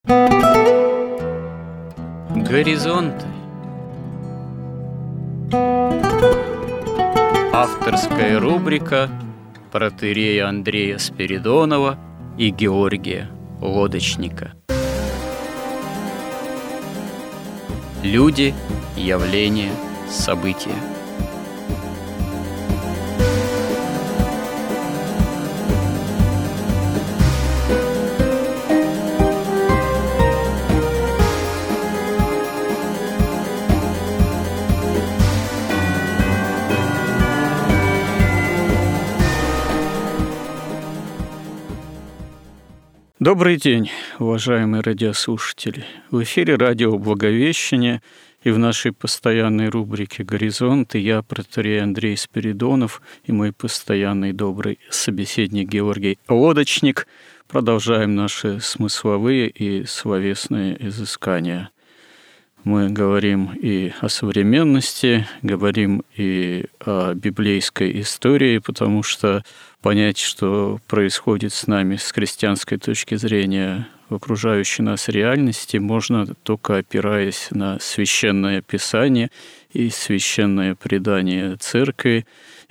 Горизонты. Авторская рубрика протоиерея Андрея Спиридонова и Георгия Лодочника. Люди, явления, события. Добрый день, уважаемые радиослушатели. В эфире радио «Благовещение» и в нашей постоянной рубрике «Горизонты» я, протоиерей Андрей Спиридонов, и мой постоянный добрый собеседник Георгий Лодочник продолжаем наши смысловые и словесные изыскания. Мы говорим и о современности, говорим и о библейской истории, потому что понять, что происходит с нами с христианской точки зрения в окружающей нас реальности, можно только опираясь на священное писание и священное предание церкви.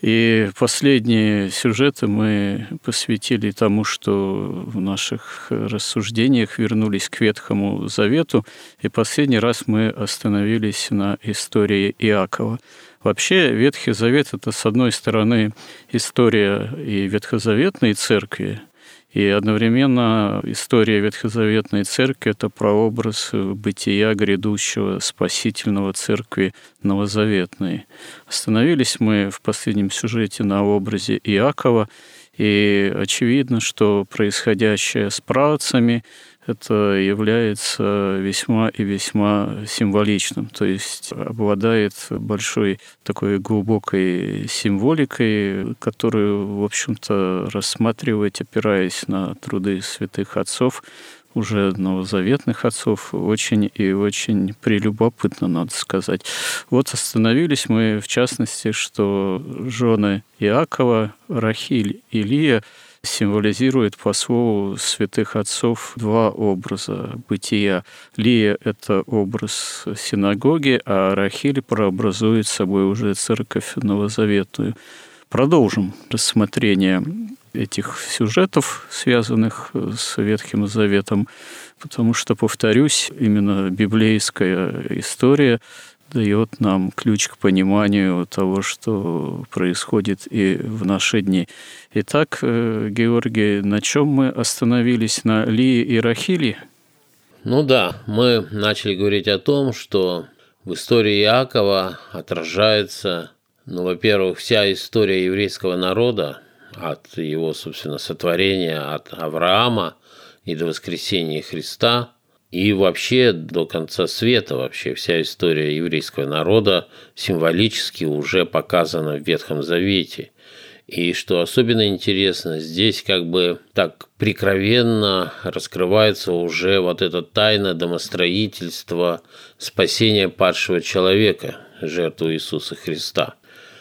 И последние сюжеты мы посвятили тому, что в наших рассуждениях вернулись к Ветхому Завету, и последний раз мы остановились на истории Иакова. Вообще, Ветхий Завет – это, с одной стороны, история и ветхозаветной церкви, и одновременно история ветхозаветной церкви – это прообраз бытия грядущего спасительного церкви новозаветной. Остановились мы в последнем сюжете на образе Иакова, и очевидно, что происходящее с праотцами – это является весьма и весьма символичным, то есть обладает большой такой глубокой символикой, которую, в общем-то, рассматривать, опираясь на труды святых отцов, уже новозаветных отцов, очень и очень прелюбопытно, надо сказать. Вот остановились мы, в частности, что жены Иакова, Рахиль и Лия, символизирует по слову святых отцов два образа бытия. Лия – это образ синагоги, а Рахиль прообразует собой уже церковь новозаветную. Продолжим рассмотрение этих сюжетов, связанных с Ветхим Заветом, потому что, повторюсь, именно библейская история дает нам ключ к пониманию того, что происходит и в наши дни. Итак, Георгий, на чем мы остановились? На Лии и Рахиле? Ну да, мы начали говорить о том, что в истории Иакова отражается, во-первых, вся история еврейского народа, от его, собственно, сотворения, от Авраама и до воскресения Христа, и вообще до конца света вообще вся история еврейского народа символически уже показана в Ветхом Завете. И что особенно интересно, здесь как бы так прикровенно раскрывается уже вот эта тайна домостроительства, спасения падшего человека, жертву Иисуса Христа.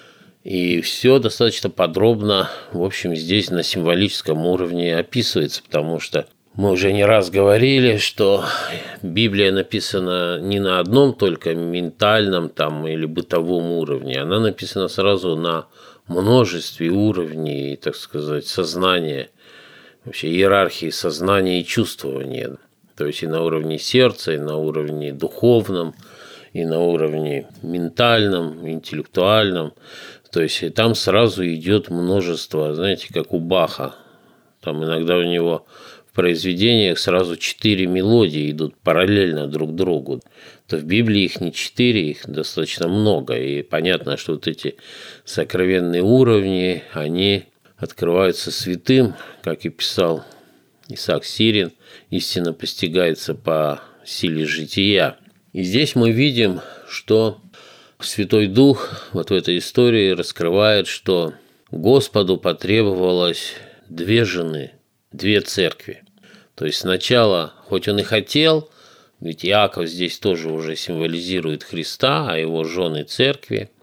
И все достаточно подробно, в общем, здесь на символическом уровне описывается, потому что мы уже не раз говорили, что Библия написана не на одном только ментальном там, или бытовом уровне, она написана сразу на множестве уровней, так сказать, сознания, вообще иерархии сознания и чувствования. То есть и на уровне сердца, и на уровне духовном, и на уровне ментальном, интеллектуальном. То есть и там сразу идет множество, знаете, как у Баха. Там иногда у него в произведениях сразу 4 мелодии идут параллельно друг другу. То в Библии их не 4, их достаточно много. И понятно, что вот эти сокровенные уровни, они открываются святым, как и писал Исаак Сирин, истина постигается по силе жития. И здесь мы видим, что Святой Дух вот в этой истории раскрывает, что Господу потребовалось 2 жены, 2 церкви. То есть сначала, хоть он и хотел, ведь Иаков здесь тоже уже символизирует Христа, а его жены церкви,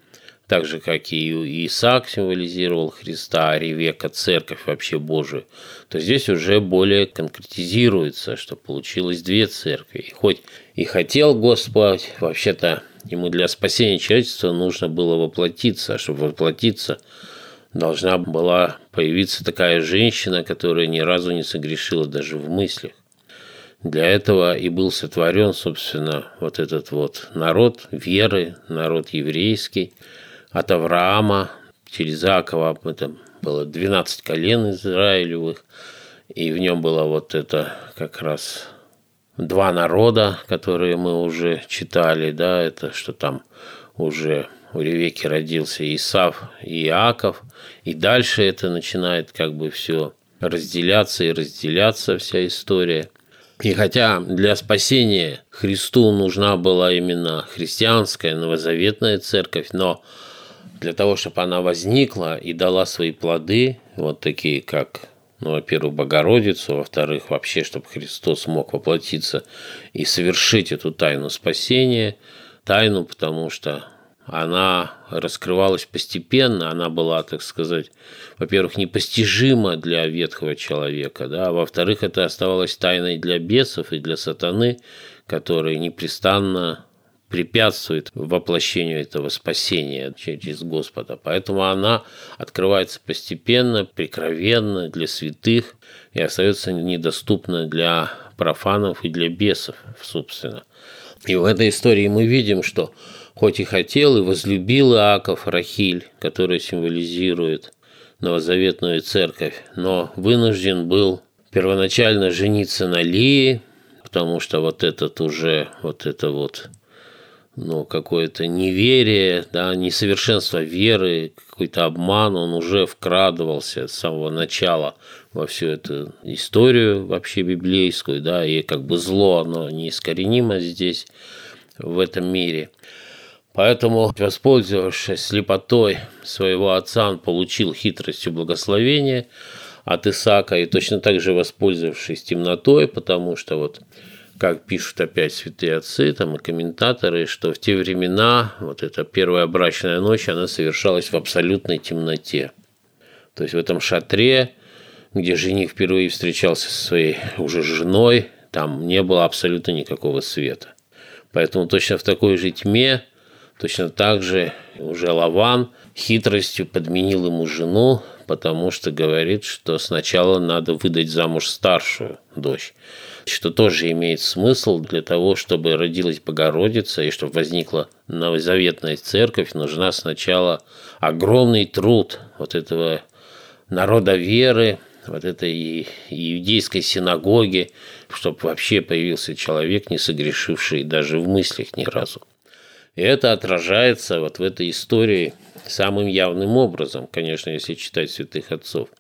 так же, как и Исаак символизировал Христа, а Ревека – церковь вообще Божию, то здесь уже более конкретизируется, что получилось две церкви. И хоть и хотел Господь, вообще-то ему для спасения человечества нужно было воплотиться, а чтобы воплотиться, должна была появиться такая женщина, которая ни разу не согрешила даже в мыслях. Для этого и был сотворен, собственно, вот этот вот народ веры, народ еврейский, от Авраама через Иакова, это было 12 колен израилевых, и в нем было вот это как раз два народа, которые мы уже читали, да, это что там уже у Ревеки родился Исав и Иаков, и дальше это начинает как бы все разделяться и разделяться вся история. И хотя для спасения Христу нужна была именно христианская новозаветная церковь, но для того, чтобы она возникла и дала свои плоды, вот такие как, во-первых, Богородицу, во-вторых, вообще, чтобы Христос мог воплотиться и совершить эту тайну спасения, тайну, потому что она раскрывалась постепенно, она была, так сказать, во-первых, непостижима для ветхого человека, да, а во-вторых, это оставалось тайной для бесов и для сатаны, которые непрестанно препятствует воплощению этого спасения через Господа. Поэтому она открывается постепенно, прикровенно для святых и остается недоступна для профанов и для бесов, собственно. И в этой истории мы видим, что хоть и хотел и возлюбил Иаков Рахиль, которая символизирует новозаветную церковь, но вынужден был первоначально жениться на Лии, потому что вот это какое-то неверие, да, несовершенство веры, какой-то обман, он уже вкрадывался с самого начала во всю эту историю вообще библейскую, да, и как бы зло, оно неискоренимо здесь, в этом мире. Поэтому, воспользовавшись слепотой своего отца, он получил хитростью благословения от Исаака, и точно так же воспользовавшись темнотой, потому что вот как пишут опять святые отцы там, и комментаторы, что в те времена вот эта первая брачная ночь, она совершалась в абсолютной темноте. То есть в этом шатре, где жених впервые встречался со своей уже женой, там не было абсолютно никакого света. Поэтому точно в такой же тьме, точно так же уже Лаван хитростью подменил ему жену, потому что говорит, что сначала надо выдать замуж старшую дочь, что тоже имеет смысл для того, чтобы родилась Богородица и чтобы возникла новозаветная церковь, нужна сначала огромный труд вот этого народа веры, вот этой иудейской синагоги, чтобы вообще появился человек, не согрешивший даже в мыслях ни разу. И это отражается вот в этой истории самым явным образом, конечно, если читать святых отцов.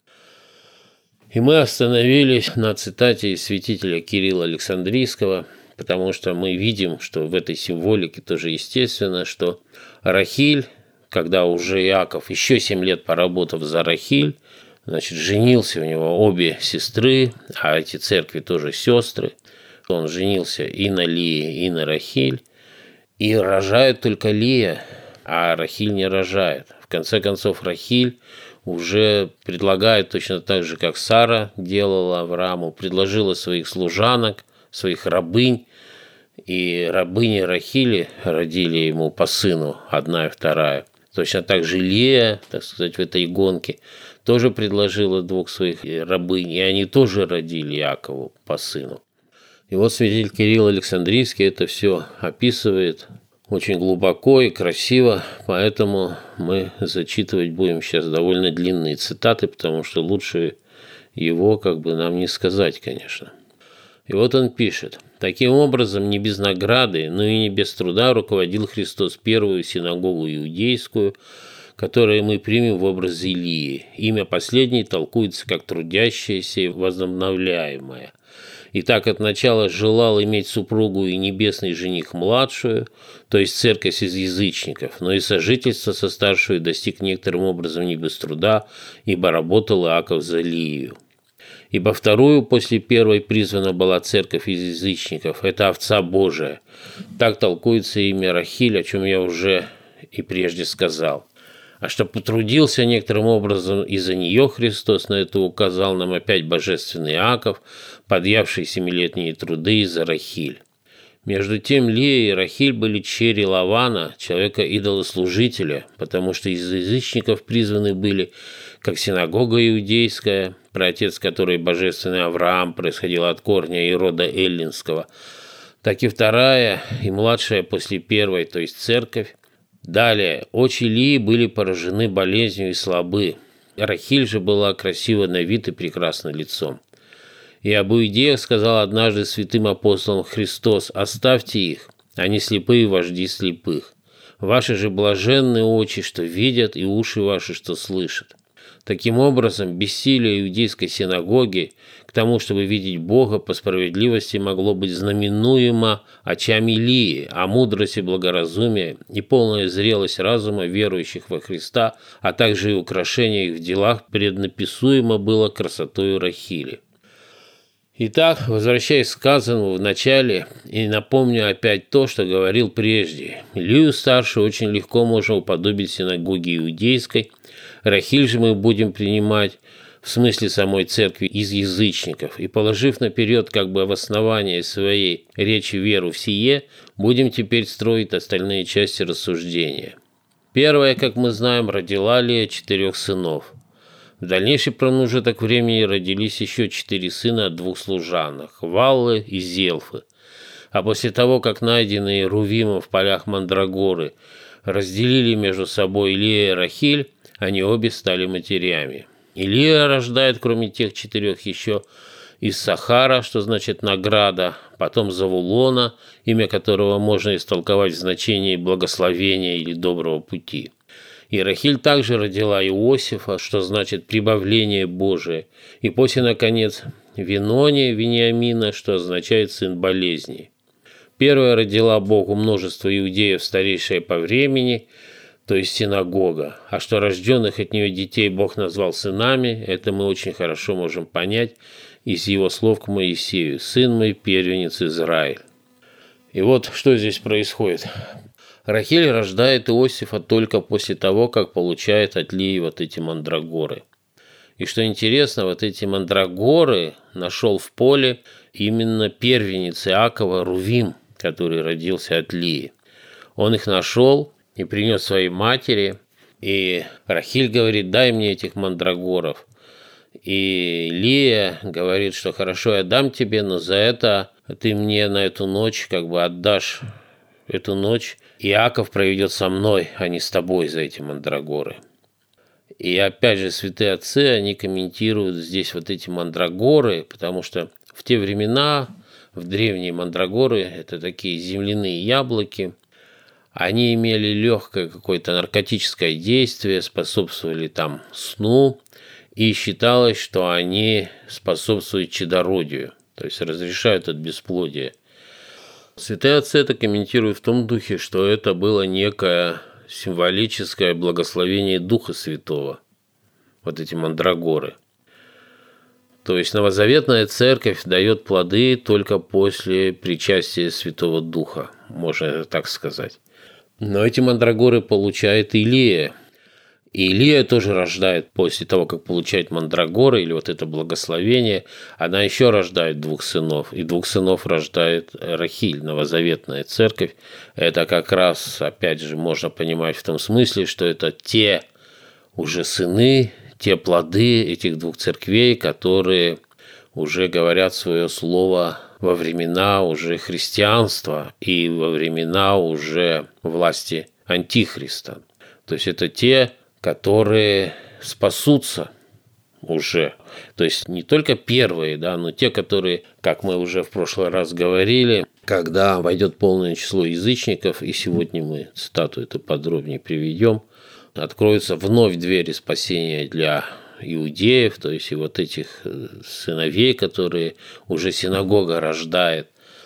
И мы остановились на цитате из святителя Кирилла Александрийского, потому что мы видим, что в этой символике тоже естественно, что Рахиль, когда уже Иаков, еще 7 лет поработав за Рахиль, значит, женился, у него обе сестры, а эти церкви тоже сестры, он женился и на Лии, и на Рахиль, и рожает только Лия, а Рахиль не рожает. В конце концов, Рахиль уже предлагает точно так же, как Сара делала Аврааму, предложила своих служанок, своих рабынь, и рабыни Рахили родили ему по сыну, одна и вторая. Точно так же Лия, так сказать, в этой гонке тоже предложила 2 своих рабынь, и они тоже родили Иакову по сыну. И вот святитель Кирилл Александрийский это все описывает очень глубоко и красиво, поэтому мы зачитывать будем сейчас довольно длинные цитаты, потому что лучше его нам не сказать, конечно. И вот он пишет: «Таким образом, не без награды, но и не без труда руководил Христос первую синагогу иудейскую, которую мы примем в образе Илии. Имя последней толкуется как трудящееся и возобновляемое. И так от начала желал иметь супругу и небесный жених младшую, то есть церковь из язычников, но и сожительство со старшую достиг некоторым образом не без труда, ибо работал Иаков за Лию. Ибо вторую после первой призвана была церковь из язычников, это овца Божия. Так толкуется имя Рахиль, о чем я уже и прежде сказал. А что потрудился некоторым образом из-за нее Христос, на это указал нам опять божественный Иаков, подъявший 7-летние труды из-за Рахиль. Между тем Лея и Рахиль были чери Лавана, человека-идолослужителя, потому что из язычников призваны были как синагога иудейская, праотец которой божественный Авраам происходил от корня и рода эллинского, так и вторая и младшая после первой, то есть церковь. Далее, очи Лии были поражены болезнью и слабы. Рахиль же была красива на вид и прекрасна лицом. И об иудеях сказал однажды святым апостолом Христос: «Оставьте их, они слепые вожди слепых. Ваши же блаженные очи, что видят, и уши ваши, что слышат». Таким образом, бессилие иудейской синагоги к тому, чтобы видеть Бога по справедливости, могло быть знаменуемо очами Лии, а мудрость и благоразумие и полная зрелость разума верующих во Христа, а также и украшение их в делах преднаписуемо было красотою Рахили. Итак, возвращаясь к сказанному в начале, и напомню опять то, что говорил прежде. Лию старшую очень легко можно уподобить синагоге иудейской, Рахиль же мы будем принимать в смысле самой церкви из язычников, и, положив наперед как бы в основание своей речи веру в сие, будем теперь строить остальные части рассуждения. Первая, как мы знаем, родила Лия 4 сынов. В дальнейший промежуток времени родились еще 4 сына от 2 служанок – Валлы и Зелфы. А после того, как найденные Рувимом в полях Мандрагоры разделили между собой Лия и Рахиль, они обе стали матерями. И Лия рождает, кроме тех 4, еще Иссахара, что значит награда, потом Завулона, имя которого можно истолковать в значении благословения или доброго пути. И Рахиль также родила Иосифа, что значит прибавление Божие, и после, наконец, Винония, Вениамина, что означает сын болезни. Первая родила Богу множество иудеев, старейшее по времени, то есть синагога, а что рожденных от нее детей Бог назвал сынами, это мы очень хорошо можем понять из его слов к Моисею: «Сын мой, первенец Израиль». И вот что здесь происходит. Рахиль рождает Иосифа только после того, как получает от Лии вот эти мандрагоры. И что интересно, вот эти мандрагоры нашел в поле именно первенец Иакова Рувим, который родился от Лии. Он их нашел и принес своей матери, и Рахиль говорит: «Дай мне этих мандрагоров». И Лия говорит, что хорошо, я дам тебе, но за это ты мне на эту ночь как бы отдашь эту ночь. Иаков проведет со мной, а не с тобой за эти мандрагоры. И опять же, святые отцы, они комментируют здесь вот эти мандрагоры, потому что в те времена, в древние мандрагоры, это такие земляные яблоки, они имели легкое какое-то наркотическое действие, способствовали там сну, и считалось, что они способствуют чадородию, то есть разрешают от бесплодия. Святые отцы это комментируют в том духе, что это было некое символическое благословение Духа Святого, вот эти мандрагоры. То есть новозаветная церковь дает плоды только после причастия Святого Духа, можно так сказать. Но эти мандрагоры получает Илия. И Илия тоже рождает после того, как получает мандрагоры, или вот это благословение, она еще рождает 2 сынов. И 2 сынов рождает Рахиль, новозаветная церковь. Это как раз, опять же, можно понимать в том смысле, что это те уже сыны, те плоды этих 2 церквей, которые уже говорят свое слово во времена уже христианства и во времена уже власти Антихриста. То есть это те, которые спасутся уже. То есть не только первые, да, но те, которые, как мы уже в прошлый раз говорили, когда войдет полное число язычников, и сегодня мы цитату эту подробнее приведем, откроются вновь двери спасения для иудеев, то есть и вот этих сыновей, которые уже синагога рождает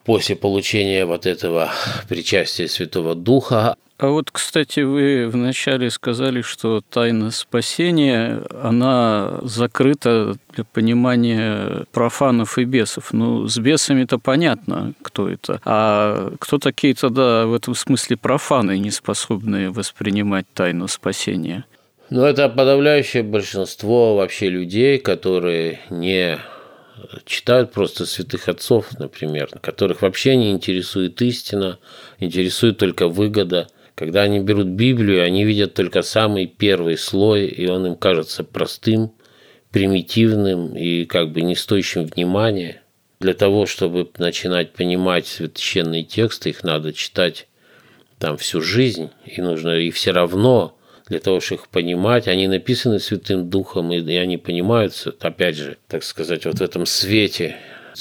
после получения вот этого причастия Святого Духа. А вот, кстати, вы вначале сказали, что тайна спасения, она закрыта для понимания профанов и бесов. Ну, с бесами-то понятно, кто это. А кто такие тогда в этом смысле профаны, не способные воспринимать тайну спасения? Ну, это подавляющее большинство вообще людей, которые не читают просто святых отцов, например, которых вообще не интересует истина, интересует только выгода. Когда они берут Библию, они видят только самый первый слой, и он им кажется простым, примитивным и как бы не стоящим внимания. Для того, чтобы начинать понимать священные тексты, их надо читать там всю жизнь, и нужно, и все равно для того, чтобы их понимать, они написаны Святым Духом, и они понимаются, опять же, так сказать, вот в этом свете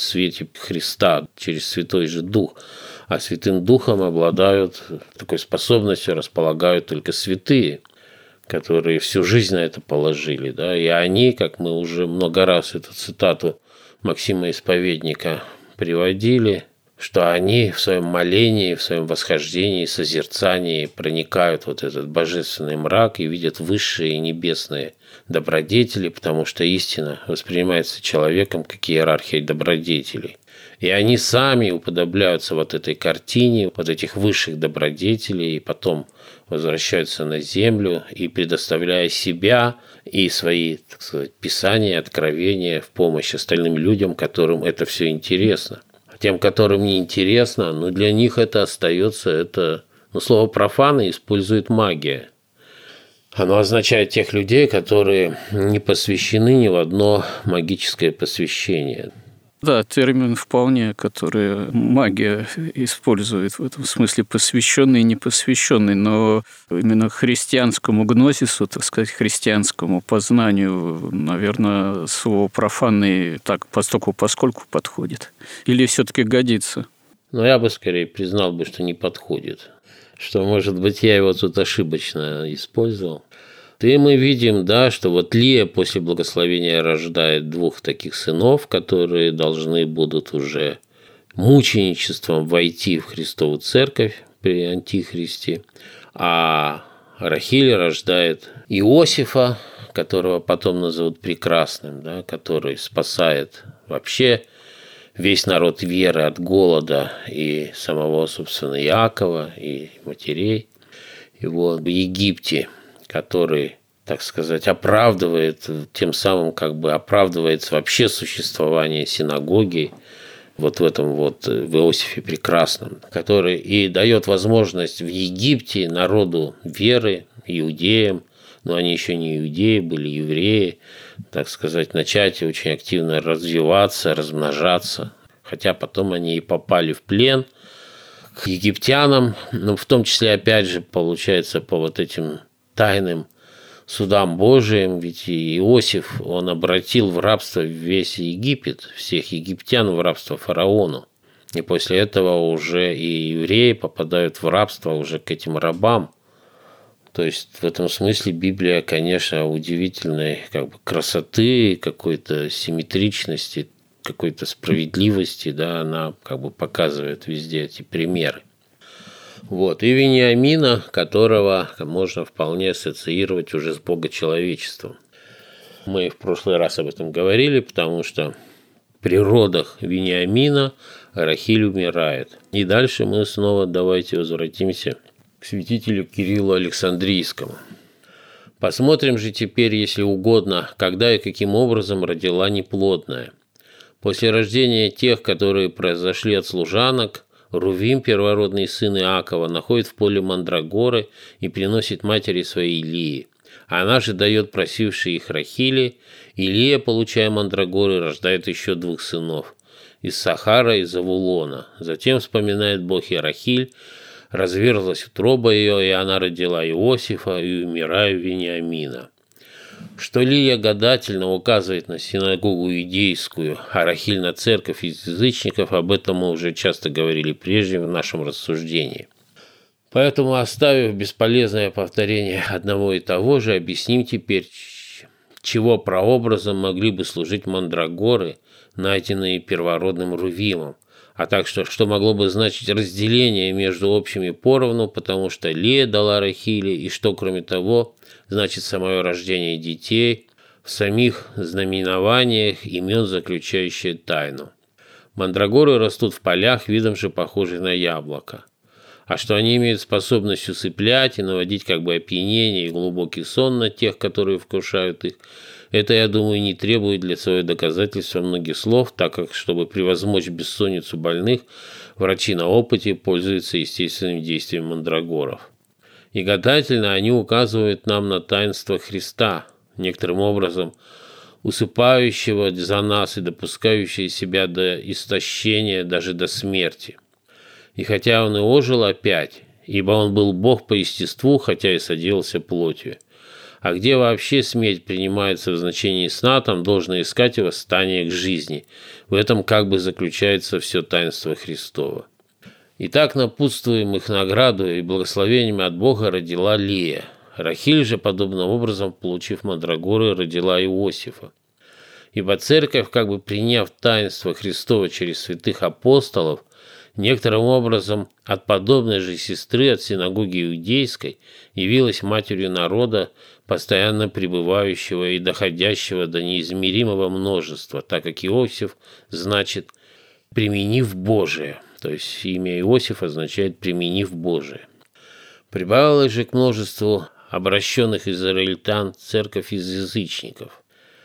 Христа через Святой же Дух. А Святым Духом обладают такой способностью, располагают только святые, которые всю жизнь на это положили. Да? И они, как мы уже много раз эту цитату Максима Исповедника приводили, что они в своем молении, в своем восхождении, созерцании проникают в вот этот божественный мрак и видят высшие и небесные добродетели, потому что истина воспринимается человеком как иерархия добродетелей. И они сами уподобляются вот этой картине, вот этих высших добродетелей, и потом возвращаются на землю и, предоставляя себя и свои, так сказать, писания, откровения в помощь остальным людям, которым это все интересно. А тем, которым не интересно, ну, для них это остается, это, ну, слово профаны использует магия. Оно означает тех людей, которые не посвящены ни в одно магическое посвящение. Да, термин вполне, который магия использует в этом смысле, посвященный и непосвященный, но именно христианскому гнозису, так сказать, христианскому познанию, наверное, слово профанный так поскольку подходит. Или все-таки годится? Но я бы скорее признал бы, что не подходит. Что, может быть, я его тут ошибочно использовал. И мы видим, да, что вот Лия после благословения рождает двух таких сынов, которые должны будут уже мученичеством войти в Христову церковь при Антихристе. А Рахиль рождает Иосифа, которого потом назовут прекрасным, да, который спасает вообще весь народ веры от голода и самого, собственно, Иакова и матерей его в Египте, который, так сказать, оправдывает, тем самым как бы оправдывается вообще существование синагоги вот в этом вот в Иосифе Прекрасном, который и дает возможность в Египте народу веры, иудеям, но они еще не иудеи, были евреи, так сказать, начать очень активно развиваться, размножаться, хотя потом они и попали в плен к египтянам, но в том числе, опять же, получается, по вот этим тайным судам Божиим, ведь и Иосиф, он обратил в рабство весь Египет, всех египтян в рабство фараону. И после этого уже и евреи попадают в рабство уже к этим рабам. То есть в этом смысле Библия, конечно, удивительной как бы красоты, какой-то симметричности, какой-то справедливости, да, она как бы показывает везде эти примеры. Вот. И Вениамина, которого можно вполне ассоциировать уже с богочеловечеством. Мы в прошлый раз об этом говорили, потому что при родах Вениамина Рахиль умирает. И дальше мы снова давайте возвратимся к святителю Кириллу Александрийскому. Посмотрим же теперь, если угодно, когда и каким образом родила неплодная. После рождения тех, которые произошли от служанок, Рувим, первородный сын Иакова, находит в поле мандрагоры и приносит матери своей Лии. Она же дает просившей их Рахиле, и Лия, получая мандрагоры, рождает еще двух сынов – из Сахара и Завулона. Затем вспоминает Бог и Рахиль, разверзлась утроба ее, и она родила Иосифа и умирая Вениамина. Что Лия гадательно указывает на синагогу иудейскую, а Рахиль на церковь из язычников, об этом мы уже часто говорили прежде в нашем рассуждении. Поэтому, оставив бесполезное повторение одного и того же, объясним теперь, чего прообразом могли бы служить мандрагоры, найденные первородным Рувимом, а так что могло бы значить разделение между общими поровну, потому что Лея дала Рахиле, и что, кроме того, значит самое рождение детей в самих знаменованиях имен, заключающие тайну. Мандрагоры растут в полях, видом же похожий на яблоко. А что они имеют способность усыплять и наводить как бы опьянение и глубокий сон на тех, которые вкушают их, это, я думаю, не требует для своего доказательства многих слов, так как, чтобы превозмочь бессонницу больных, врачи на опыте пользуются естественным действием мандрагоров. И гадательно они указывают нам на таинство Христа, некоторым образом усыпающего за нас и допускающего себя до истощения, даже до смерти. И хотя он и ожил опять, ибо он был Бог по естеству, хотя и соделался плотью. А где вообще смерть принимается в значении сна, там должно искать и восстание к жизни. В этом как бы заключается все таинство Христово. Итак, напутствуем их награду и благословениями от Бога родила Лея. Рахиль же, подобным образом, получив мандрагоры, родила Иосифа. Ибо церковь, как бы приняв таинство Христова через святых апостолов, некоторым образом от подобной же сестры от синагоги иудейской явилась матерью народа, постоянно пребывающего и доходящего до неизмеримого множества, так как Иосиф значит «применив Божие», то есть имя Иосиф означает «применив Божие». Прибавилось же к множеству обращенных израильтян церковь из язычников.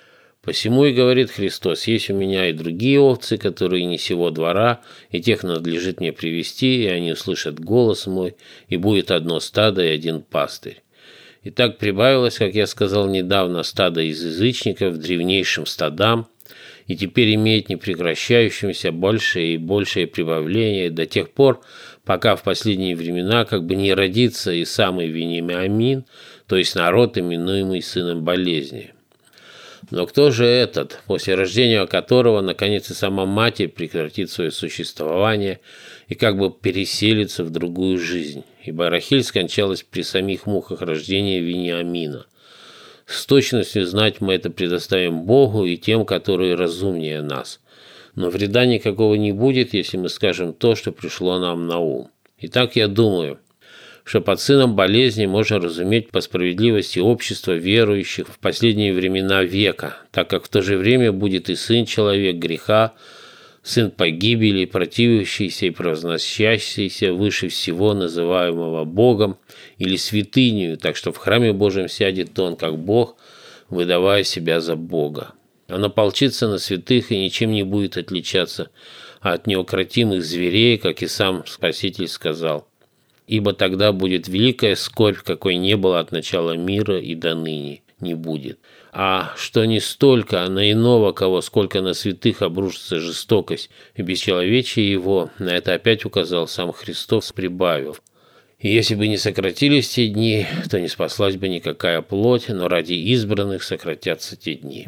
Посему и говорит Христос: есть у меня и другие овцы, которые не сего двора, и тех надлежит мне привести, и они услышат голос мой, и будет одно стадо и один пастырь. И так прибавилось, как я сказал недавно, стадо из язычников древнейшим стадам, и теперь имеет непрекращающимся большее и большее прибавление до тех пор, пока в последние времена как бы не родится и самый Вениамин, то есть народ, именуемый сыном болезни. Но кто же этот, после рождения которого, наконец, и сама Матерь прекратит свое существование и как бы переселится в другую жизнь? Ибо Рахиль скончалась при самих муках рождения Вениамина. С точностью знать мы это предоставим Богу и тем, которые разумнее нас. Но вреда никакого не будет, если мы скажем то, что пришло нам на ум. Итак, я думаю, что под сыном болезни можно разуметь по справедливости общества верующих в последние времена века, так как в то же время будет и сын человек греха, сын погибели, противящийся и превозносящийся выше всего называемого Богом или святынею, так что в храме Божьем сядет он как Бог, выдавая себя за Бога. Он ополчится на святых и ничем не будет отличаться от неукротимых зверей, как и сам Спаситель сказал. Ибо тогда будет великая скорбь, какой не было от начала мира и до ныне не будет. А что не столько на иного кого, сколько на святых обрушится жестокость и бесчеловечие его, на это опять указал сам Христос, прибавив: «И если бы не сократились те дни, то не спаслась бы никакая плоть, но ради избранных сократятся те дни».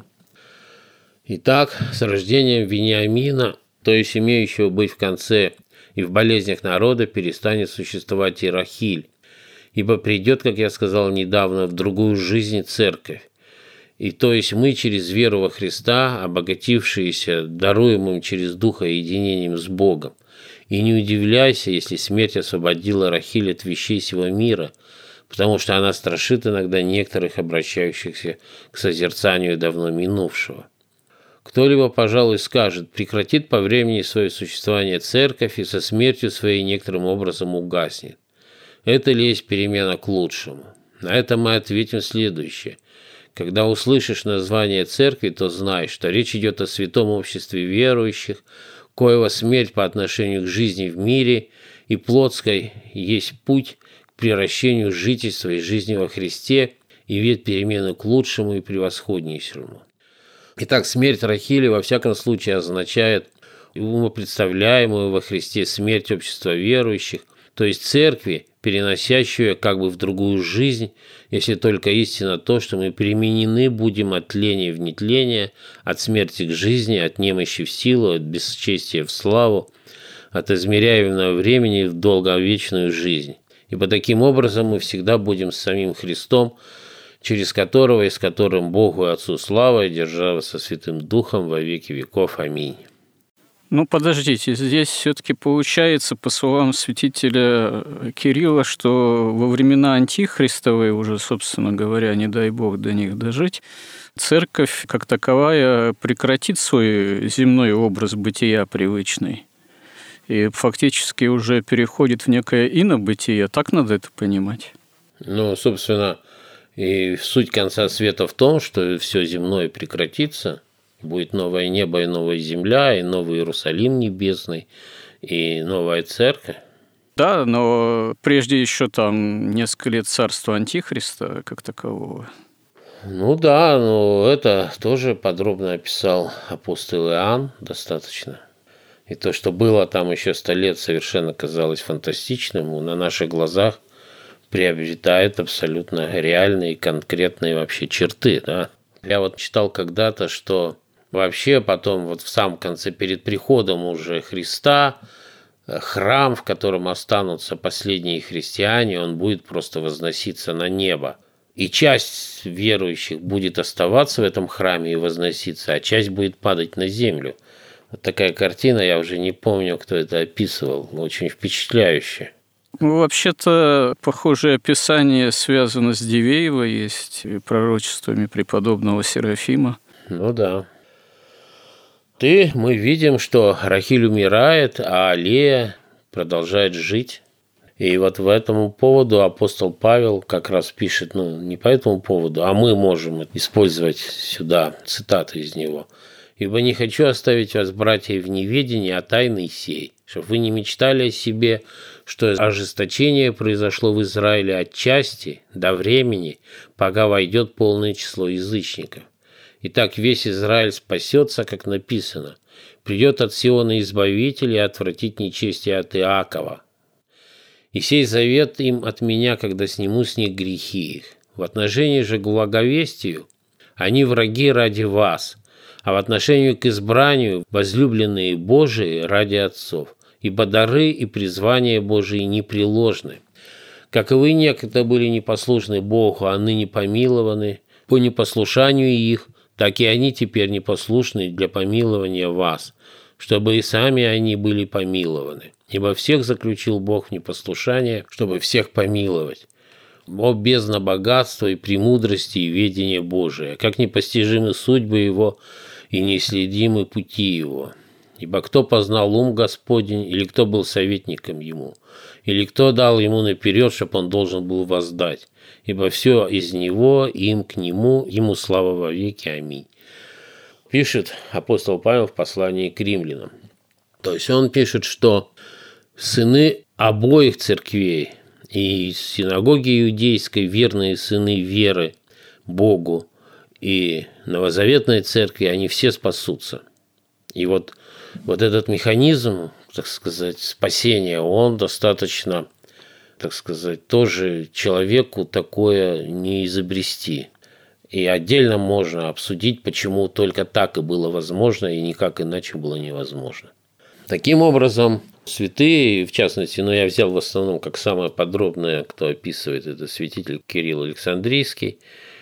Итак, с рождением Вениамина, то есть имеющего быть в конце и в болезнях народа, перестанет существовать и Рахиль, ибо придет, как я сказал недавно, в другую жизнь церковь. И то есть мы через веру во Христа, обогатившиеся даруемым через Духа единением с Богом. И не удивляйся, если смерть освободила Рахиль от вещей сего мира, потому что она страшит иногда некоторых обращающихся к созерцанию давно минувшего. Кто-либо, пожалуй, скажет: прекратит по времени свое существование церковь и со смертью своей некоторым образом угаснет. Это ли есть перемена к лучшему? На это мы ответим следующее. Когда услышишь название церкви, то знай, что речь идет о святом обществе верующих, коего смерть по отношению к жизни в мире и плотской есть путь к превращению жительства и жизни во Христе и вид перемены к лучшему и превосходнейшему. Итак, смерть Рахили во всяком случае означает умопредставляемую во Христе смерть общества верующих, то есть церкви, переносящую как бы в другую жизнь, если только истина то, что мы переменены будем от тления в нетление, от смерти к жизни, от немощи в силу, от бесчестия в славу, от измеряемого времени в долговечную жизнь. Ибо таким образом мы всегда будем с самим Христом, через которого и с которым Богу и Отцу слава, и держава со Святым Духом во веки веков. Аминь. Ну, подождите, здесь все-таки получается, по словам святителя Кирилла, что во времена антихристовой уже, собственно говоря, не дай Бог до них дожить, церковь как таковая прекратит свой земной образ бытия привычный и фактически уже переходит в некое инобытие. Так надо это понимать? Ну, собственно, и суть конца света в том, что все земное прекратится, будет новое небо и новая земля, и новый Иерусалим небесный, и новая церковь. Да, но прежде еще там несколько лет царства Антихриста как такового. Ну да, но это тоже подробно описал апостол Иоанн достаточно. И то, что было там еще 100 лет, совершенно казалось фантастичным, на наших глазах приобретает абсолютно реальные, конкретные вообще черты. Да? Я вот читал когда-то, что вообще потом вот в самом конце, перед приходом уже Христа, храм, в котором останутся последние христиане, он будет просто возноситься на небо. И часть верующих будет оставаться в этом храме и возноситься, а часть будет падать на землю. Вот такая картина, я уже не помню, кто это описывал, но очень впечатляющая. Ну, вообще-то, похожее описание связано с Дивеево, есть и пророчествами преподобного Серафима. Ну да. Мы видим, что Рахиль умирает, а Лея продолжает жить. И вот в этому поводу апостол Павел как раз пишет, не по этому поводу, а мы можем использовать сюда цитаты из него. «Ибо не хочу оставить вас, братья, в неведении о тайной сей, чтобы вы не мечтали о себе, что ожесточение произошло в Израиле отчасти до времени, пока войдет полное число язычников. Итак, весь Израиль спасется, как написано, придет от Сиона Избавитель и отвратит нечестие от Иакова. И сей завет им от меня, когда сниму с них грехи их. В отношении же к благовестию они враги ради вас, а в отношении к избранию возлюбленные Божии ради отцов, ибо дары и призвания Божии непреложны. Как и вы некогда были непослушны Богу, а ныне помилованы по непослушанию их, так и они теперь непослушны для помилования вас, чтобы и сами они были помилованы. Ибо всех заключил Бог в непослушание, чтобы всех помиловать. О бездна богатства и премудрости и ведения Божия, как непостижимы судьбы Его и неследимы пути Его. Ибо кто познал ум Господень, или кто был советником Ему, или кто дал Ему наперед, чтоб Он должен был воздать. Ибо все из Него, им к Нему, Ему слава во веки. Аминь». Пишет апостол Павел в послании к римлянам. То есть он пишет, что сыны обоих церквей, и синагоги иудейской, верные сыны веры Богу, и новозаветной церкви, они все спасутся. И вот этот механизм, так сказать, спасения, он достаточно, так сказать, тоже человеку такое не изобрести. И отдельно можно обсудить, почему только так и было возможно, и никак иначе было невозможно. Таким образом, святые, в частности, я взял в основном как самое подробное, кто описывает это, святитель Кирилл Александрийский,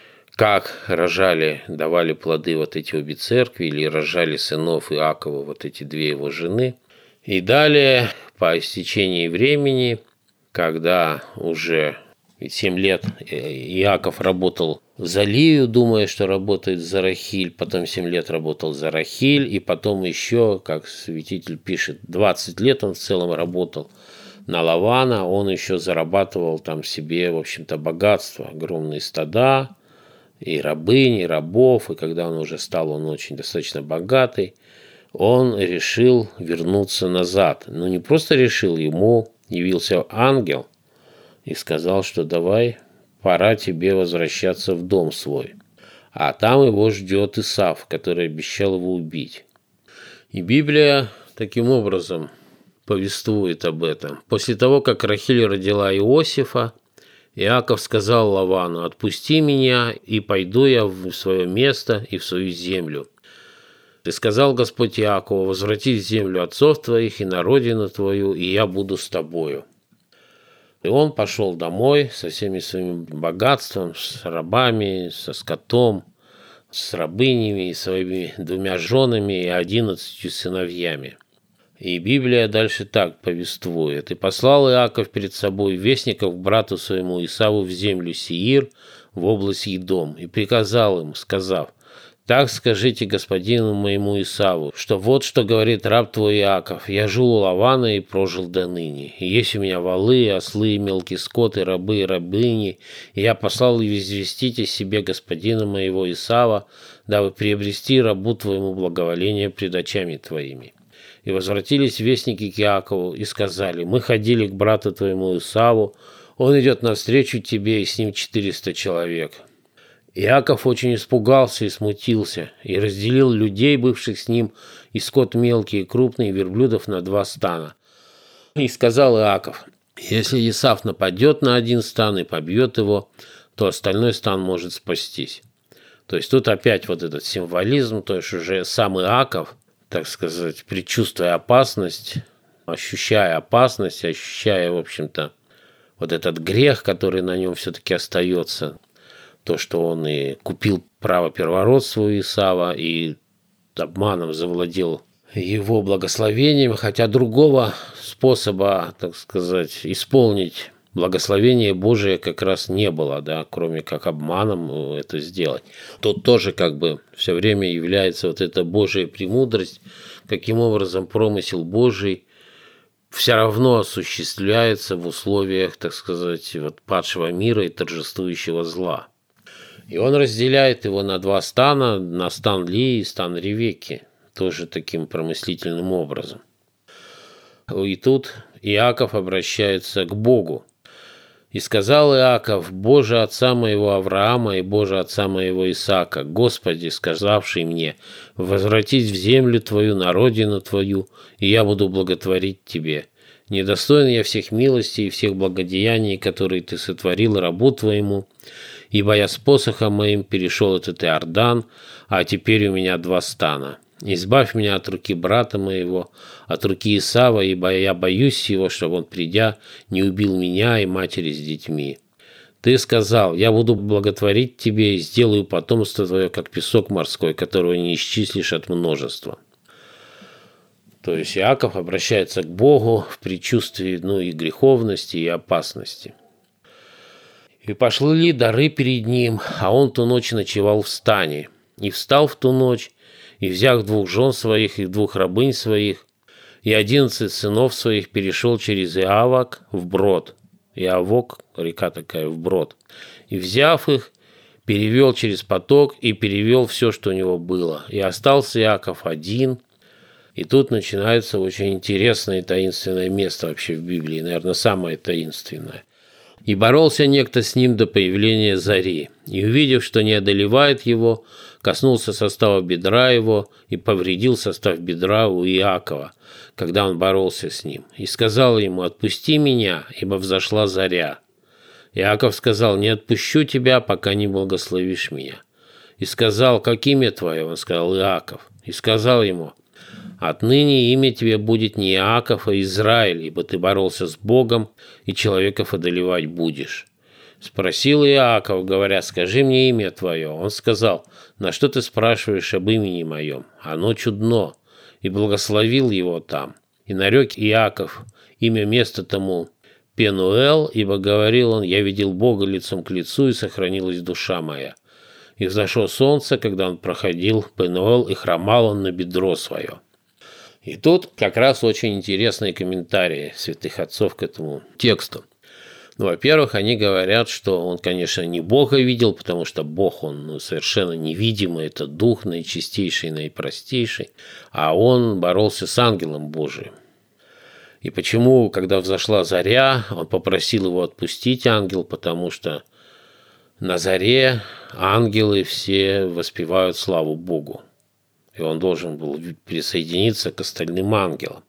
как рожали, давали плоды вот эти обе церкви, или рожали сынов Иакова, вот эти две его жены. И далее, по истечении времени, когда уже 7 лет Иаков работал за Лию, думая, что работает за Рахиль, потом 7 лет работал за Рахиль, и потом еще, как святитель пишет, 20 лет он в целом работал на Лавана, он еще зарабатывал там себе, в общем-то, богатство, огромные стада, и рабынь, и рабов, и когда он уже стал, он очень достаточно богатый, он решил вернуться назад. Но не просто решил, ему явился ангел и сказал, что давай, пора тебе возвращаться в дом свой. А там его ждет Исав, который обещал его убить. И Библия таким образом повествует об этом. После того, как Рахиль родила Иосифа, Иаков сказал Лавану: «Отпусти меня, и пойду я в свое место и в свою землю. И сказал Господь Иакову: возвратись в землю отцов твоих и на родину твою, и я буду с тобою». И он пошел домой со всеми своим богатством, с рабами, со скотом, с рабынями, и своими 2 женами и 11 сыновьями. И Библия дальше так повествует. «И послал Иаков перед собой вестников к брату своему Исаву в землю Сеир, в область Едом, и приказал им, сказав: так скажите господину моему Исаву, что вот что говорит раб твой Иаков: я жил у Лавана и прожил до ныне. И есть у меня волы, ослы, мелкий скот, и рабы, и рабыни. И я послал известить о себе господина моего Исава, дабы приобрести рабу твоему благоволение пред очами твоими. И возвратились вестники к Иакову и сказали: мы ходили к брату твоему Исаву, он идет навстречу тебе, и с ним 400 человек». Иаков очень испугался и смутился, и разделил людей, бывших с ним, и скот мелкий и крупный, и верблюдов на 2 стана. И сказал Иаков: если Исав нападет на один стан и побьет его, то остальной стан может спастись. То есть тут опять вот этот символизм, то есть уже сам Иаков, так сказать, предчувствуя опасность, ощущая, в общем-то, вот этот грех, который на нем все-таки остается, то, что он и купил право первородства у Исава и обманом завладел его благословением, хотя другого способа, так сказать, исполнить благословение Божие как раз не было, да, кроме как обманом это сделать. Тут тоже как бы все время является вот эта Божья премудрость, каким образом промысел Божий все равно осуществляется в условиях, так сказать, вот падшего мира и торжествующего зла. И он разделяет его на 2 стана, на стан Лии и стан Ревекки, тоже таким промыслительным образом. И тут Иаков обращается к Богу. «И сказал Иаков: Боже отца моего Авраама и Боже отца моего Исаака, Господи, сказавший мне: возвратись в землю твою, на родину твою, и я буду благотворить тебе. Недостоин я всех милостей и всех благодеяний, которые ты сотворил рабу твоему, ибо я с посохом моим перешел этот Иордан, а теперь у меня 2 стана. Избавь меня от руки брата моего, от руки Исава, ибо я боюсь его, чтобы он, придя, не убил меня и матери с детьми. Ты сказал: я буду благотворить тебе и сделаю потомство твое, как песок морской, которого не исчислишь от множества». То есть Иаков обращается к Богу в предчувствии, и греховности, и опасности. «И пошли дары перед ним, а он ту ночь ночевал в стане. И встал в ту ночь, и, взяв 2 жен своих и 2 рабынь своих, и 11 сынов своих, перешел через Иавок в брод». Иавок, река такая, в брод. «И, взяв их, перевел через поток, и перевел все, что у него было. И остался Иаков один». И тут начинается очень интересное и таинственное место вообще в Библии, наверное, самое таинственное. «И боролся некто с ним до появления зари, и, увидев, что не одолевает его, коснулся состава бедра его и повредил состав бедра у Иакова, когда он боролся с ним, и сказал ему: отпусти меня, ибо взошла заря. Иаков сказал: не отпущу тебя, пока не благословишь меня. И сказал: как имя твое? Он сказал: Иаков. И сказал ему: отныне имя тебе будет не Иаков, а Израиль, ибо ты боролся с Богом, и человеков одолевать будешь. Спросил Иаков, говоря: скажи мне имя твое. Он сказал: на что ты спрашиваешь об имени моем? Оно чудно. И благословил его там. И нарек Иаков имя места тому Пенуэл, ибо говорил он: я видел Бога лицом к лицу, и сохранилась душа моя. И взошло солнце, когда он проходил Пенуэл, и хромал он на бедро свое». И тут как раз очень интересные комментарии святых отцов к этому тексту. Во-первых, они говорят, что он, конечно, не Бога видел, потому что Бог, он совершенно невидимый, это Дух наичистейший, наипростейший, а он боролся с ангелом Божиим. И почему, когда взошла заря, он попросил его отпустить, ангел, потому что на заре ангелы все воспевают славу Богу, и он должен был присоединиться к остальным ангелам.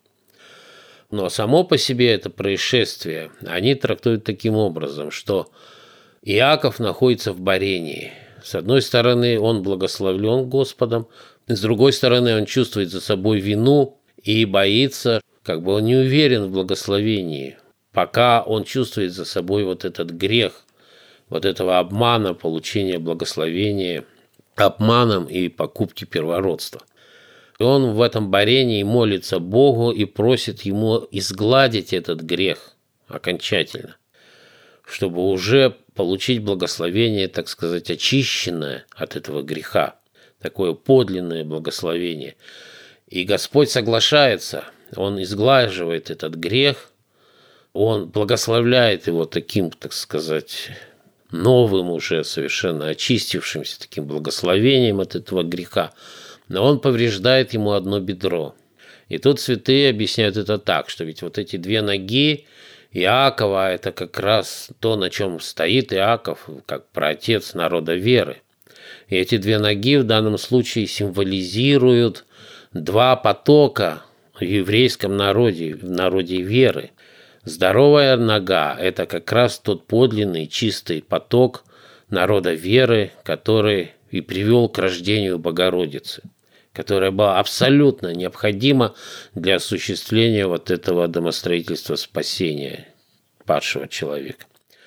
Но само по себе это происшествие они трактуют таким образом, что Иаков находится в борении. С одной стороны, он благословлен Господом, с другой стороны, он чувствует за собой вину и боится, он не уверен в благословении. пока он чувствует за собой вот этот грех, вот этого обмана, получения благословения обманом и покупки первородства. И он в этом борении молится Богу и просит ему изгладить этот грех окончательно, чтобы уже получить благословение, так сказать, очищенное от этого греха, такое подлинное благословение. И Господь соглашается, Он изглаживает этот грех, Он благословляет его таким, так сказать, новым уже совершенно очистившимся таким благословением от этого греха, но он повреждает ему одно бедро. И тут святые объясняют это так, что ведь вот эти две ноги Иакова – это как раз то, на чем стоит Иаков, как праотец народа веры. И эти две ноги в данном случае символизируют два потока в еврейском народе, в народе веры. Здоровая нога – это как раз тот подлинный, чистый поток народа веры, который и привел к рождению Богородицы, которая была абсолютно необходима для осуществления вот этого домостроительства спасения падшего человека.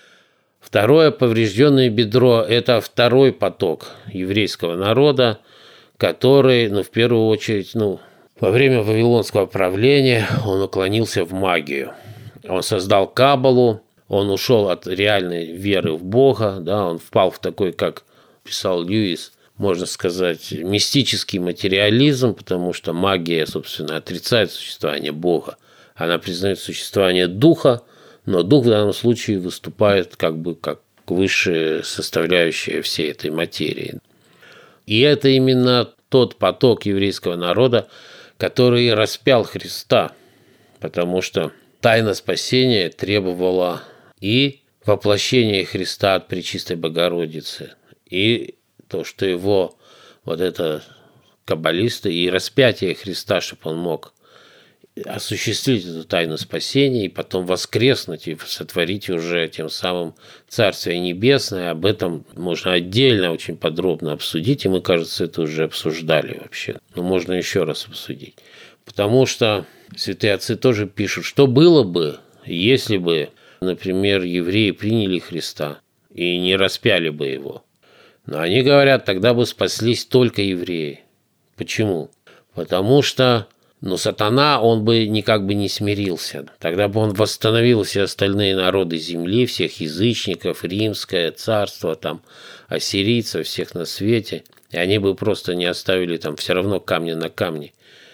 Второе поврежденное бедро – это второй поток еврейского народа, который, в первую очередь, во время вавилонского правления он уклонился в магию. Он создал Каббалу, он ушел от реальной веры в Бога, он впал в такой, как писал Льюис, можно сказать, мистический материализм, потому что магия, собственно, отрицает существование Бога. Она признает существование Духа, но Дух в данном случае выступает как высшая составляющая всей этой материи. И это именно тот поток еврейского народа, который распял Христа, потому что тайна спасения требовала и воплощения Христа от Пречистой Богородицы, и то, что его вот это каббалисты, и распятие Христа, чтобы он мог осуществить эту тайну спасения и потом воскреснуть и сотворить уже тем самым Царствие Небесное. Об этом можно отдельно очень подробно обсудить, и мы, кажется, это уже обсуждали вообще. Но можно еще раз обсудить. Потому что святые отцы тоже пишут, что было бы, если бы, например, евреи приняли Христа и не распяли бы его. Но они говорят, тогда бы спаслись только евреи. Почему? Потому что сатана, он бы никак бы не смирился. Тогда бы он восстановил все остальные народы земли, всех язычников, римское царство, ассирийцев, всех на свете. И они бы просто не оставили все равно камня на камне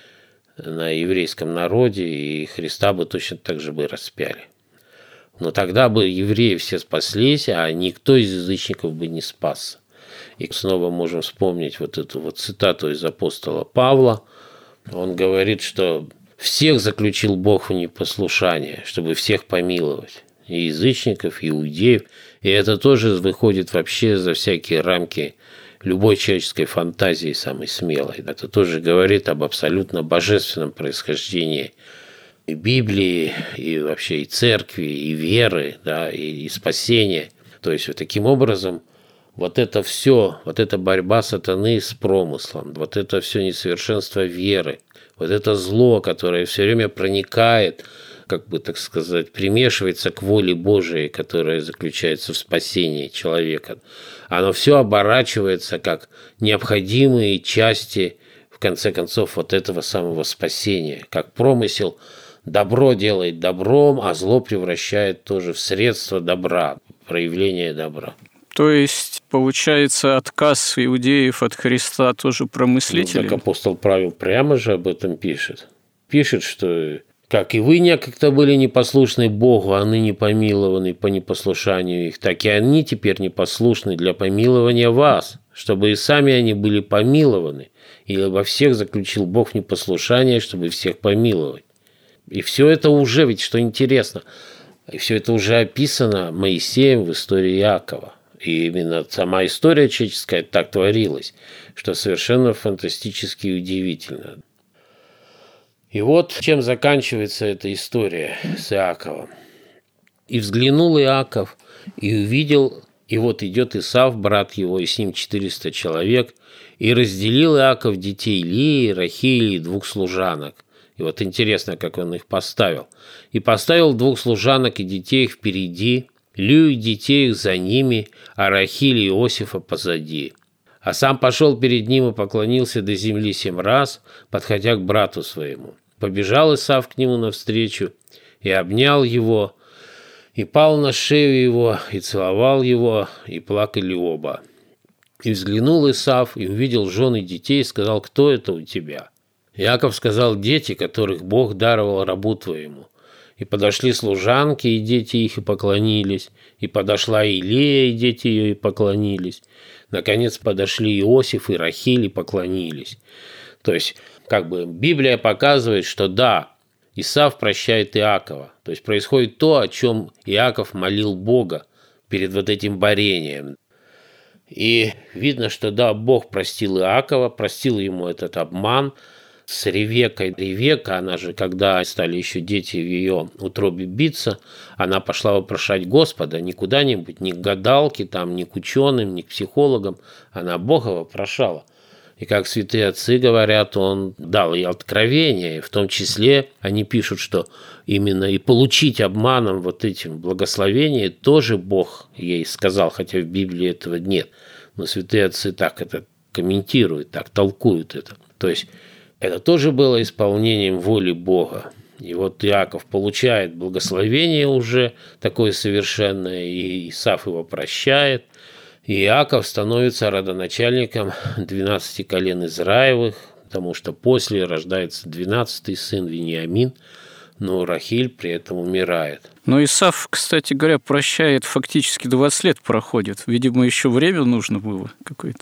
на еврейском народе, и Христа бы точно так же бы распяли. Но тогда бы евреи все спаслись, а никто из язычников бы не спасся. И снова можем вспомнить вот эту цитату из апостола Павла. Он говорит, что всех заключил Бог в непослушание, чтобы всех помиловать. И язычников, и иудеев. И это тоже выходит вообще за всякие рамки любой человеческой фантазии самой смелой. Это тоже говорит об абсолютно божественном происхождении и Библии, и вообще и церкви, и веры, и спасения. То есть таким образом вот это все, вот эта борьба сатаны с промыслом, вот это все несовершенство веры, вот это зло, которое все время проникает, так сказать, примешивается к воле Божией, которая заключается в спасении человека, оно все оборачивается как необходимые части, в конце концов, вот этого самого спасения, как промысел добро делает добром, а зло превращает тоже в средство добра, проявление добра. То есть, получается, отказ иудеев от Христа тоже промыслители? Так апостол Павел прямо же об этом пишет. Пишет, что как и вы некогда были непослушны Богу, а ныне помилованы по непослушанию их, так и они теперь непослушны для помилования вас, чтобы и сами они были помилованы, и во всех заключил Бог в непослушание, чтобы всех помиловать. И все это уже, ведь что интересно, и все это уже описано Моисеем в истории Иакова. И именно сама история человеческая так творилась, что совершенно фантастически удивительно. И вот чем заканчивается эта история с Иаковом. «И взглянул Иаков, и увидел, и вот идет Исав, брат его, и с ним 400 человек, и разделил Иаков детей Лии, Рахили и 2 служанок, И вот интересно, как он их поставил. «И поставил 2 служанок и детей их впереди, Лию и детей их за ними, а Рахиль и Иосифа позади. А сам пошел перед ним и поклонился до земли 7 раз, подходя к брату своему. Побежал Исав к нему навстречу и обнял его, и пал на шею его, и целовал его, и плакали оба. И взглянул Исав, и увидел жен и детей, и сказал: кто это у тебя? Иаков сказал: дети, которых Бог даровал рабу твоему. И подошли служанки, и дети их, и поклонились. И подошла и Лея, и дети ее, и поклонились. Наконец подошли Иосиф и Рахиль, и поклонились». То есть, Библия показывает, что да, Исав прощает Иакова. То есть происходит то, о чем Иаков молил Бога перед вот этим борением. И видно, что да, Бог простил Иакова, простил ему этот обман с Ревеккой. Ревекка, она же, когда стали еще дети в ее утробе биться, она пошла вопрошать Господа не куда-нибудь, не к гадалке, не к ученым, не к психологам, она Бога вопрошала. И как святые отцы говорят, он дал ей откровение, в том числе они пишут, что именно и получить обманом вот этим благословение тоже Бог ей сказал, хотя в Библии этого нет. Но святые отцы так это комментируют, так толкуют это. То есть это тоже было исполнением воли Бога. И вот Иаков получает благословение уже такое совершенное, и Исав его прощает. И Иаков становится родоначальником 12 колен Израилевых, потому что после рождается 12-й сын Вениамин, но Рахиль при этом умирает. Но Исав, кстати говоря, прощает, фактически 20 лет проходит. Видимо, еще время нужно было какое-то.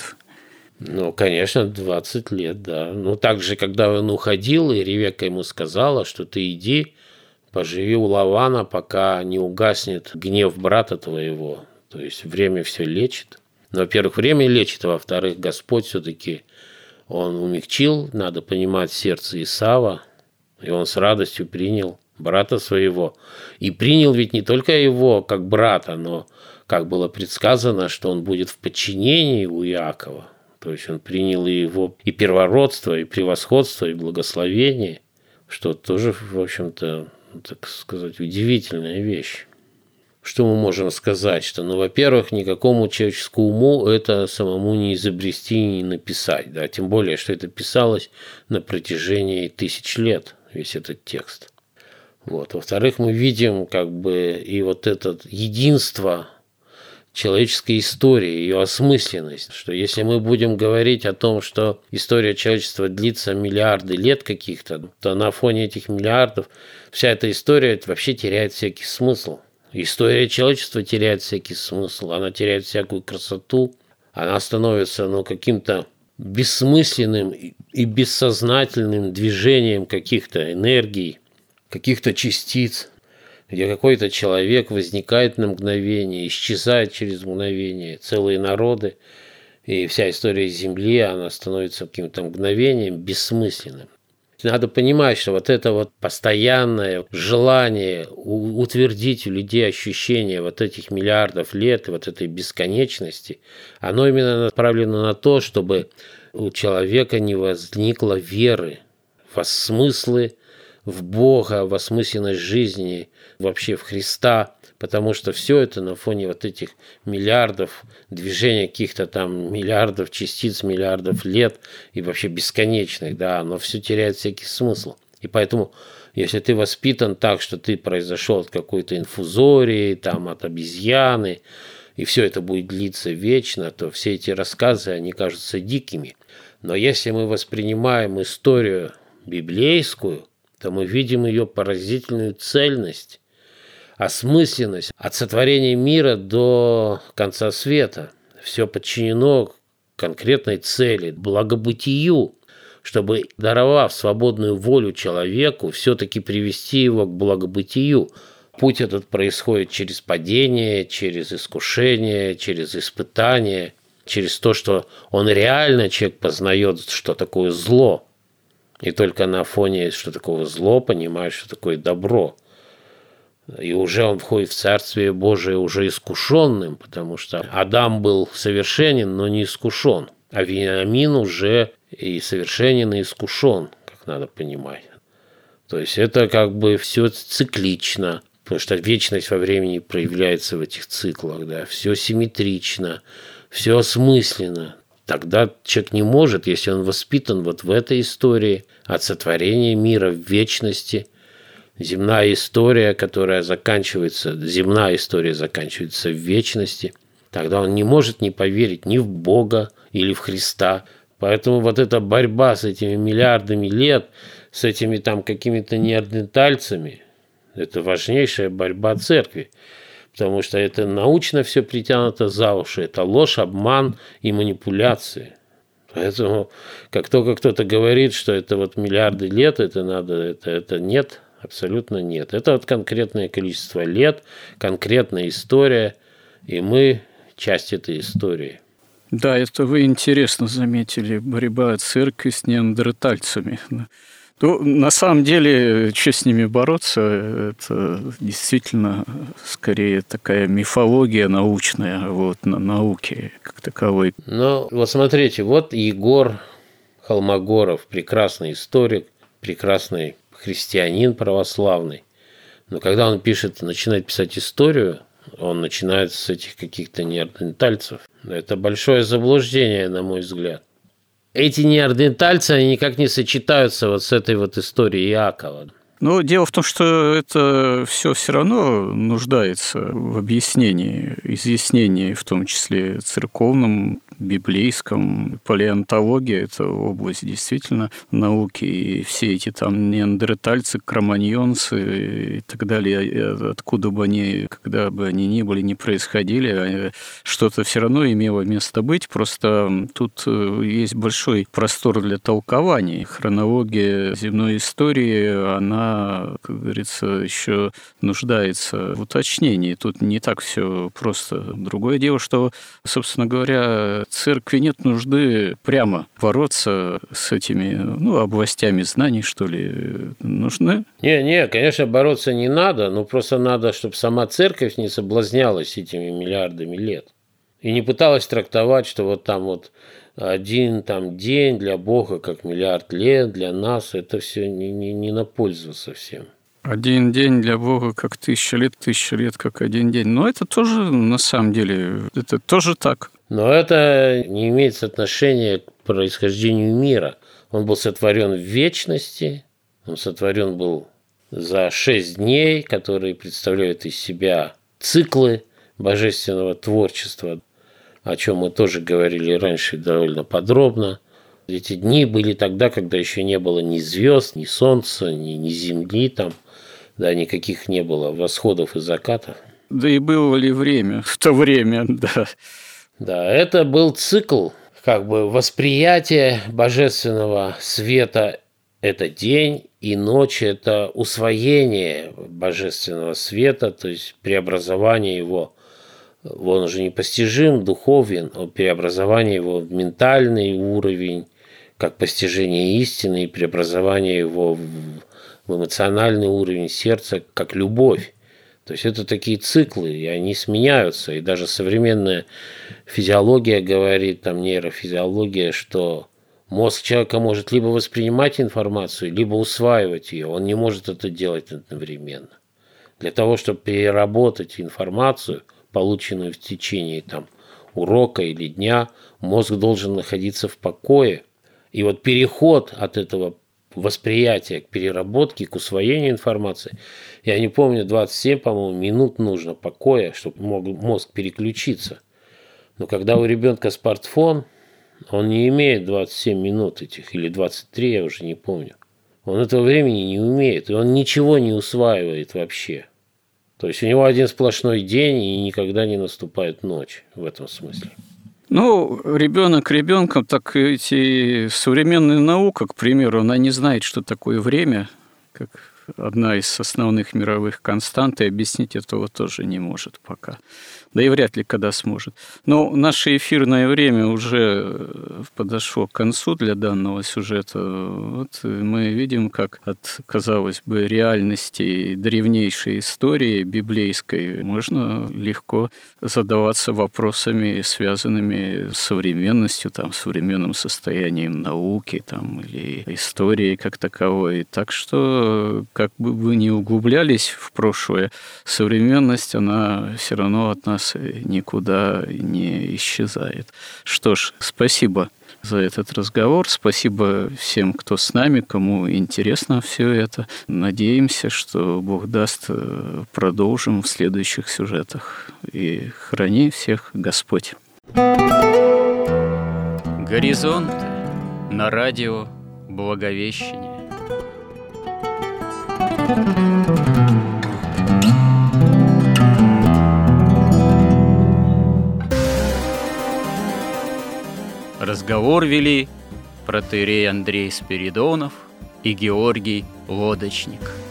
Конечно, 20 лет, да. Также, когда он уходил, и Ревекка ему сказала, что ты иди, поживи у Лавана, пока не угаснет гнев брата твоего. То есть время все лечит. Во-первых, время лечит, а во-вторых, Господь все-таки, Он умягчил, надо понимать, сердце Исава, и он с радостью принял брата своего. И принял ведь не только его как брата, но, как было предсказано, что он будет в подчинении у Иакова. То есть он принял и его и первородство, и превосходство, и благословение, что тоже, в общем-то, так сказать, удивительная вещь. Что мы можем сказать? Что, во-первых, никакому человеческому уму это самому не изобрести и не написать. Да? Тем более, что это писалось на протяжении 1000 лет, весь этот текст. Во-вторых, мы видим и вот это единство человеческой истории, ее осмысленность, что если мы будем говорить о том, что история человечества длится миллиарды лет каких-то, то на фоне этих миллиардов вся эта история вообще теряет всякий смысл. История человечества теряет всякий смысл, она теряет всякую красоту, она становится каким-то бессмысленным и бессознательным движением каких-то энергий, каких-то частиц, где какой-то человек возникает на мгновение, исчезает через мгновение, целые народы, и вся история Земли, она становится каким-то мгновением бессмысленным. Надо понимать, что это постоянное желание утвердить у людей ощущение этих миллиардов лет и этой бесконечности, оно именно направлено на то, чтобы у человека не возникло веры во смыслы, в Бога, в осмысленность жизни, вообще в Христа, потому что все это на фоне этих миллиардов движения каких-то миллиардов частиц, миллиардов лет и вообще бесконечных, да, оно все теряет всякий смысл. И поэтому, если ты воспитан так, что ты произошел от какой-то инфузории, от обезьяны, и все это будет длиться вечно, то все эти рассказы, они кажутся дикими. Но если мы воспринимаем историю библейскую, то мы видим ее поразительную цельность, осмысленность от сотворения мира до конца света. Все подчинено конкретной цели, благобытию, чтобы, даровав свободную волю человеку, все-таки привести его к благобытию. Путь этот происходит через падение, через искушение, через испытание, через то, что он реально, человек познает, что такое зло. И только на фоне, что такое зло, понимает, что такое добро. И уже он входит в Царствие Божие уже искушенным, потому что Адам был совершенен, но не искушен. А Вениамин уже и совершенен, и искушен, как надо понимать. То есть это как бы все циклично, потому что вечность во времени проявляется в этих циклах, да, все симметрично, все осмысленно. Тогда человек не может, если он воспитан вот в этой истории от сотворения мира в вечности, земная история, земная история заканчивается в вечности, тогда он не может не поверить ни в Бога или в Христа. Поэтому вот эта борьба с этими миллиардами лет, с этими там какими-то неандертальцами, это важнейшая борьба церкви, потому что это научно все притянуто за уши, это ложь, обман и манипуляции. Поэтому как только кто-то говорит, что это вот миллиарды лет, это нет, абсолютно нет. Это вот конкретное количество лет, конкретная история, и мы часть этой истории. Да, это вы интересно заметили, борьба церкви с неандертальцами. Ну, на самом деле, что с ними бороться, это действительно скорее такая мифология научная, вот, на науке как таковой. Ну, вот смотрите, вот Егор Холмогоров, прекрасный историк, прекрасный христианин православный. Но когда он начинает писать историю, он начинает с этих каких-то неандертальцев. Это большое заблуждение, на мой взгляд. Эти неандертальцы, они никак не сочетаются вот с этой вот историей Иакова. Но дело в том, что это все равно нуждается в объяснении, изъяснении, в том числе церковном, библейском. Палеонтология – это область действительно науки, и все эти там неандертальцы, кроманьонцы и так далее, откуда бы они, когда бы они ни были, не происходили, что-то все равно имело место быть, просто тут есть большой простор для толкований. Хронология земной истории, она, как говорится, еще нуждается в уточнении. Тут не так все просто. Другое дело, что, собственно говоря, церкви нет нужды прямо бороться с этими, областями знаний, что ли. Нужны? Не, конечно, бороться не надо, но просто надо, чтобы сама церковь не соблазнялась этими миллиардами лет. И не пыталась трактовать, что вот там вот один там день для Бога как миллиард лет, для нас это все не на пользу совсем. Один день для Бога как 1000 лет как один день. Но это тоже, на самом деле, это тоже так. Но это не имеет отношения к происхождению мира. Он был сотворен в вечности, он сотворен был за 6 дней, которые представляют из себя циклы божественного творчества, о чем мы тоже говорили раньше довольно подробно. Эти дни были тогда, когда еще не было ни звезд, ни солнца, ни земли, там, да, никаких не было восходов и закатов. Да и было ли время в то время, да. Да, это был цикл, как бы восприятие божественного света – это день, и ночь – это усвоение божественного света, то есть преобразование его. Он уже непостижим, духовен, преобразование его в ментальный уровень, как постижение истины, и преобразование его в эмоциональный уровень сердца, как любовь. То есть это такие циклы, и они сменяются. И даже современная физиология говорит, там нейрофизиология, что мозг человека может либо воспринимать информацию, либо усваивать ее. Он не может это делать одновременно. Для того, чтобы переработать информацию, полученную в течение там, урока или дня, мозг должен находиться в покое. И вот переход от этого восприятия к переработке, к усвоению информации, я не помню, 27, по-моему, минут нужно покоя, чтобы мог мозг переключиться. Но когда у ребенка смартфон, он не имеет 27 минут этих, или 23, я уже не помню. Он этого времени не умеет, и он ничего не усваивает вообще. То есть у него один сплошной день, и никогда не наступает ночь в этом смысле. Ребенок ребенком, так эти современная наука, к примеру, она не знает, что такое время, как одна из основных мировых констант, и объяснить этого тоже не может пока. Да и вряд ли когда сможет. Но наше эфирное время уже подошло к концу для данного сюжета. Вот мы видим, как от, казалось бы, реальности древнейшей истории библейской можно легко задаваться вопросами, связанными с современностью, современным состоянием науки или истории как таковой. Так что, как бы вы ни углублялись в прошлое, современность, она все равно от нас никуда не исчезает. Что ж, спасибо за этот разговор. Спасибо всем, кто с нами, кому интересно все это. Надеемся, что Бог даст, продолжим в следующих сюжетах. И храни всех Господь. Горизонты на радио Благовещение. Разговор вели протоиерей Андрей Спиридонов и Георгий Лодочник.